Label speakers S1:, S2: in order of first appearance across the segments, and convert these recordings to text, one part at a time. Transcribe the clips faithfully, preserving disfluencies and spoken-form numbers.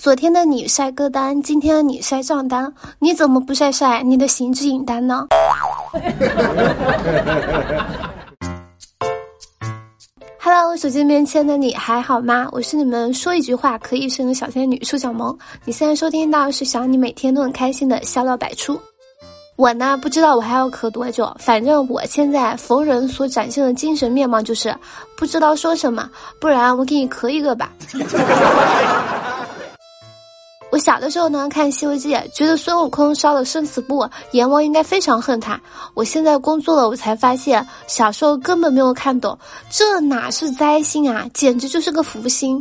S1: 昨天的你晒歌单，今天的你晒账单，你怎么不晒晒你的行之饮单呢？Hello， 手机面前的你还好吗？我是你们说一句话可以一生的小仙女舒小萌。你现在收听到是想你每天都很开心的笑料百出。我呢不知道我还要咳多久，反正我现在逢人所展现的精神面貌就是不知道说什么，不然我给你咳一个吧。我小的时候呢看《西游记》，觉得孙悟空烧了生死簿，阎王应该非常恨他。我现在工作了，我才发现小时候根本没有看懂，这哪是灾星啊，简直就是个福星。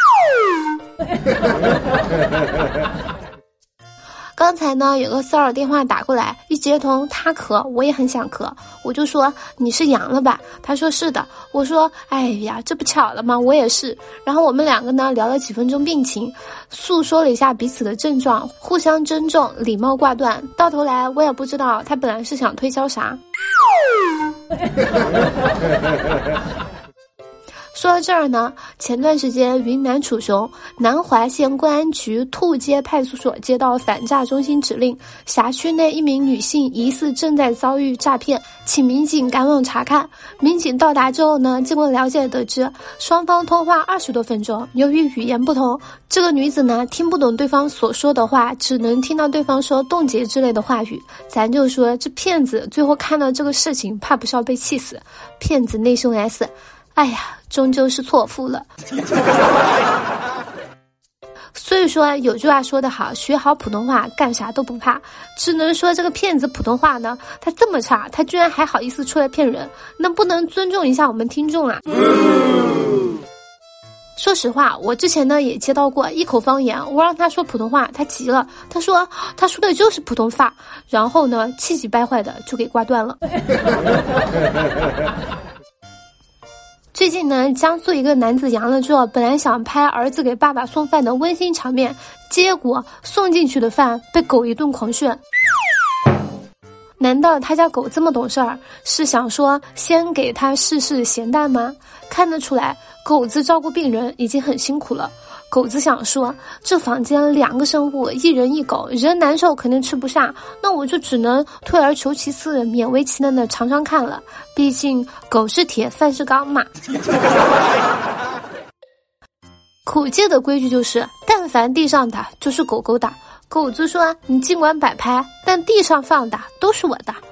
S1: 刚才呢有个骚扰电话打过来，一接通他咳，我也很想咳，我就说你是阳了吧？他说是的，我说哎呀这不巧了吗？我也是。然后我们两个呢聊了几分钟病情，诉说了一下彼此的症状，互相尊重，礼貌挂断。到头来我也不知道他本来是想推销啥。说到这儿呢，前段时间云南楚雄南华县公安局兔街派出所接到反诈中心指令，辖区内一名女性疑似正在遭遇诈骗，请民警赶往查看。民警到达之后呢，经过了解得知，双方通话二十多分钟，由于语言不同，这个女子呢听不懂对方所说的话，只能听到对方说冻结之类的话语。咱就说这骗子最后看到这个事情，怕不是要被气死。骗子内胸 S，哎呀，终究是错付了。所以说有句话说得好，学好普通话干啥都不怕。只能说这个骗子普通话呢，他这么差，他居然还好意思出来骗人，能不能尊重一下我们听众啊？嗯、说实话，我之前呢也接到过一口方言，我让他说普通话，他急了，他说他说的就是普通话，然后呢气急败坏的就给挂断了。最近呢，江苏一个男子阳了之后，本来想拍儿子给爸爸送饭的温馨场面，结果送进去的饭被狗一顿狂炫。难道他家狗这么懂事儿，是想说先给他试试咸淡吗？看得出来，狗子照顾病人已经很辛苦了。狗子想说，这房间两个生物，一人一狗，人难受肯定吃不下，那我就只能退而求其次，勉为其难的尝尝看了，毕竟狗是铁，饭是钢嘛。苦界的规矩就是，但凡地上打就是狗狗打。狗子说，你尽管摆拍，但地上放的都是我的。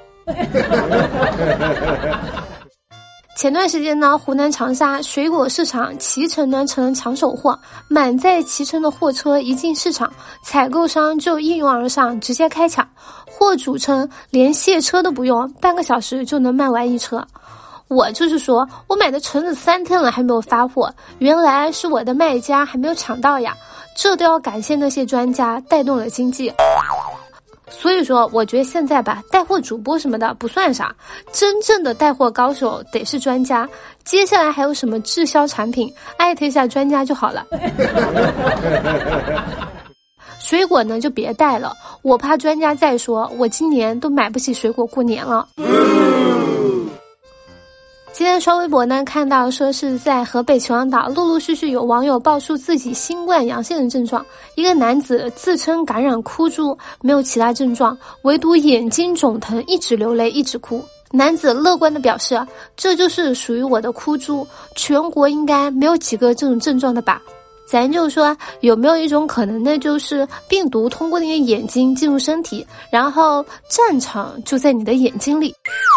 S1: 前段时间呢，湖南长沙水果市场脐橙呢成了抢手货，满载脐橙的货车一进市场，采购商就一拥而上，直接开抢。货主称连卸车都不用，半个小时就能卖完一车。我就是说，我买的橙子三天了还没有发货，原来是我的卖家还没有抢到呀，这都要感谢那些专家带动了经济。所以说我觉得现在吧，带货主播什么的不算啥，真正的带货高手得是专家。接下来还有什么滞销产品，艾特一下专家就好了。水果呢就别带了，我怕专家再说我今年都买不起水果过年了。今天刷微博呢，看到说是在河北秦皇岛，陆陆续续有网友爆出自己新冠阳性的症状。一个男子自称感染哭猪，没有其他症状，唯独眼睛肿疼，一直流泪，一直哭。男子乐观地表示，这就是属于我的哭猪，全国应该没有几个这种症状的吧。咱就说，有没有一种可能呢，就是病毒通过你的眼睛进入身体，然后战场就在你的眼睛里。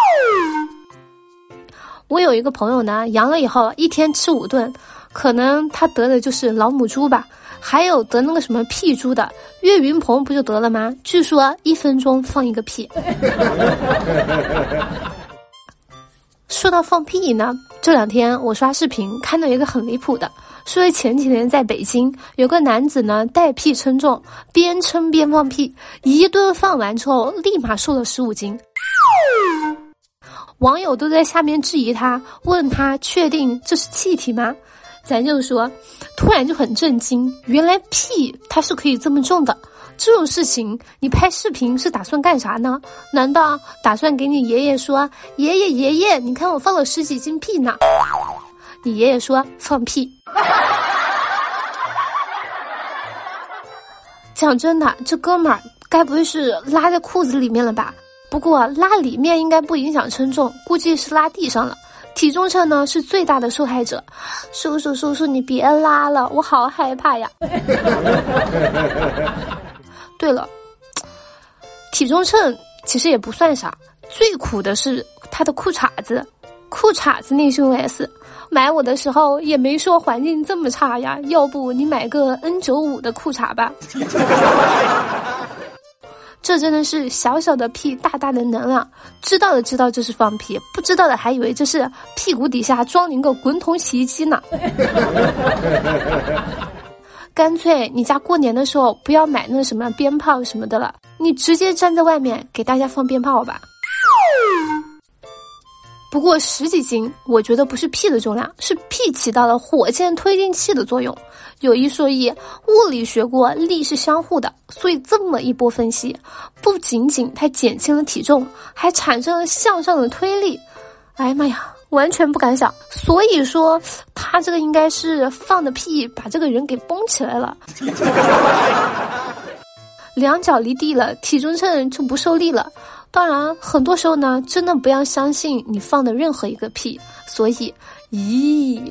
S1: 我有一个朋友呢，阳了以后一天吃五顿，可能他得的就是老母猪吧。还有得那个什么屁猪的，岳云鹏不就得了吗？据说一分钟放一个屁。说到放屁呢，这两天我刷视频看到一个很离谱的，说前几年在北京有个男子呢带屁称重，边称边放屁，一顿放完之后立马瘦了十五斤。网友都在下面质疑他，问他确定这是气体吗？咱就说，突然就很震惊，原来屁它是可以这么重的。这种事情你拍视频是打算干啥呢？难道打算给你爷爷说，爷爷爷爷你看我放了十几斤屁呢？你爷爷说放屁。 讲真的，这哥们儿该不会是拉在裤子里面了吧？不过拉里面应该不影响称重，估计是拉地上了。体重秤呢是最大的受害者，叔叔叔叔你别拉了，我好害怕呀。对了，体重秤其实也不算啥，最苦的是他的裤衩子。裤衩子那兄 S 买我的时候也没说环境这么差呀，要不你买个 N 九十五 的裤衩吧。这真的是小小的屁大大的能量，知道的知道这是放屁，不知道的还以为这是屁股底下装您个滚筒洗衣机呢。干脆你家过年的时候不要买那什么鞭炮什么的了，你直接站在外面给大家放鞭炮吧。不过十几斤我觉得不是屁的重量，是屁起到了火箭推进器的作用。有一说一，物理学过力是相互的，所以这么一波分析，不仅仅它减轻了体重，还产生了向上的推力。哎呀妈呀，完全不敢想。所以说他这个应该是放的屁把这个人给绷起来了。两脚离地了，体重秤就不受力了。当然很多时候呢，真的不要相信你放的任何一个屁。所以咦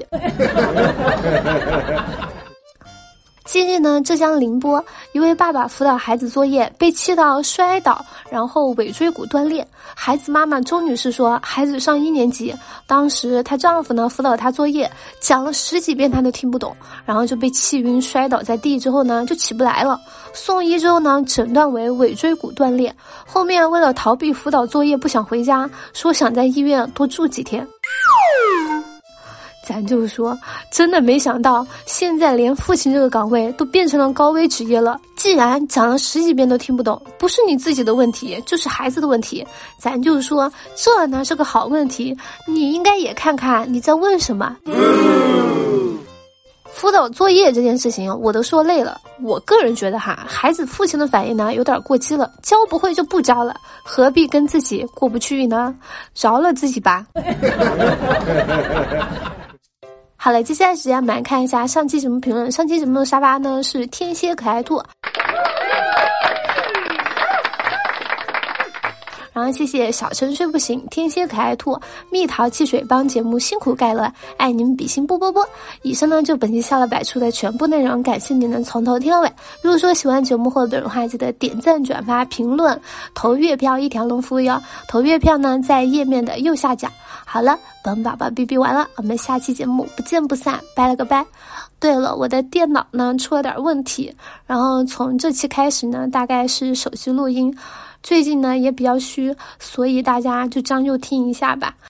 S1: 近日呢，浙江宁波一位爸爸辅导孩子作业，被气到摔倒，然后尾椎骨断裂。孩子妈妈周女士说，孩子上一年级，当时她丈夫呢辅导她作业，讲了十几遍她都听不懂，然后就被气晕摔倒在地之后呢就起不来了。送医之后呢，诊断为尾椎骨断裂。后面为了逃避辅导作业不想回家，说想在医院多住几天。咱就说，真的没想到现在连父亲这个岗位都变成了高危职业了。既然讲了十几遍都听不懂，不是你自己的问题，就是孩子的问题。咱就说这呢是个好问题，你应该也看看你在问什么。嗯、辅导作业这件事情我都说累了，我个人觉得哈，孩子父亲的反应呢有点过激了，教不会就不教了，何必跟自己过不去呢？饶了自己吧。好了，接下来时间我们来看一下上期节目评论。上期节目的沙发呢是天蝎可爱兔，然后谢谢小陈睡不醒、天蝎可爱兔、蜜桃汽水帮节目辛苦盖了，爱你们比心啵啵啵。以上呢就本期笑了百出的全部内容，感谢您能从头听到尾。如果说喜欢节目或者的话，记得点赞、转发、评论、投月票一条龙服务哟。投月票呢在页面的右下角。好了，本宝宝哔哔完了，我们下期节目不见不散，拜了个拜。对了，我的电脑呢出了点问题，然后从这期开始呢大概是手机录音，最近呢也比较虚，所以大家就将就听一下吧。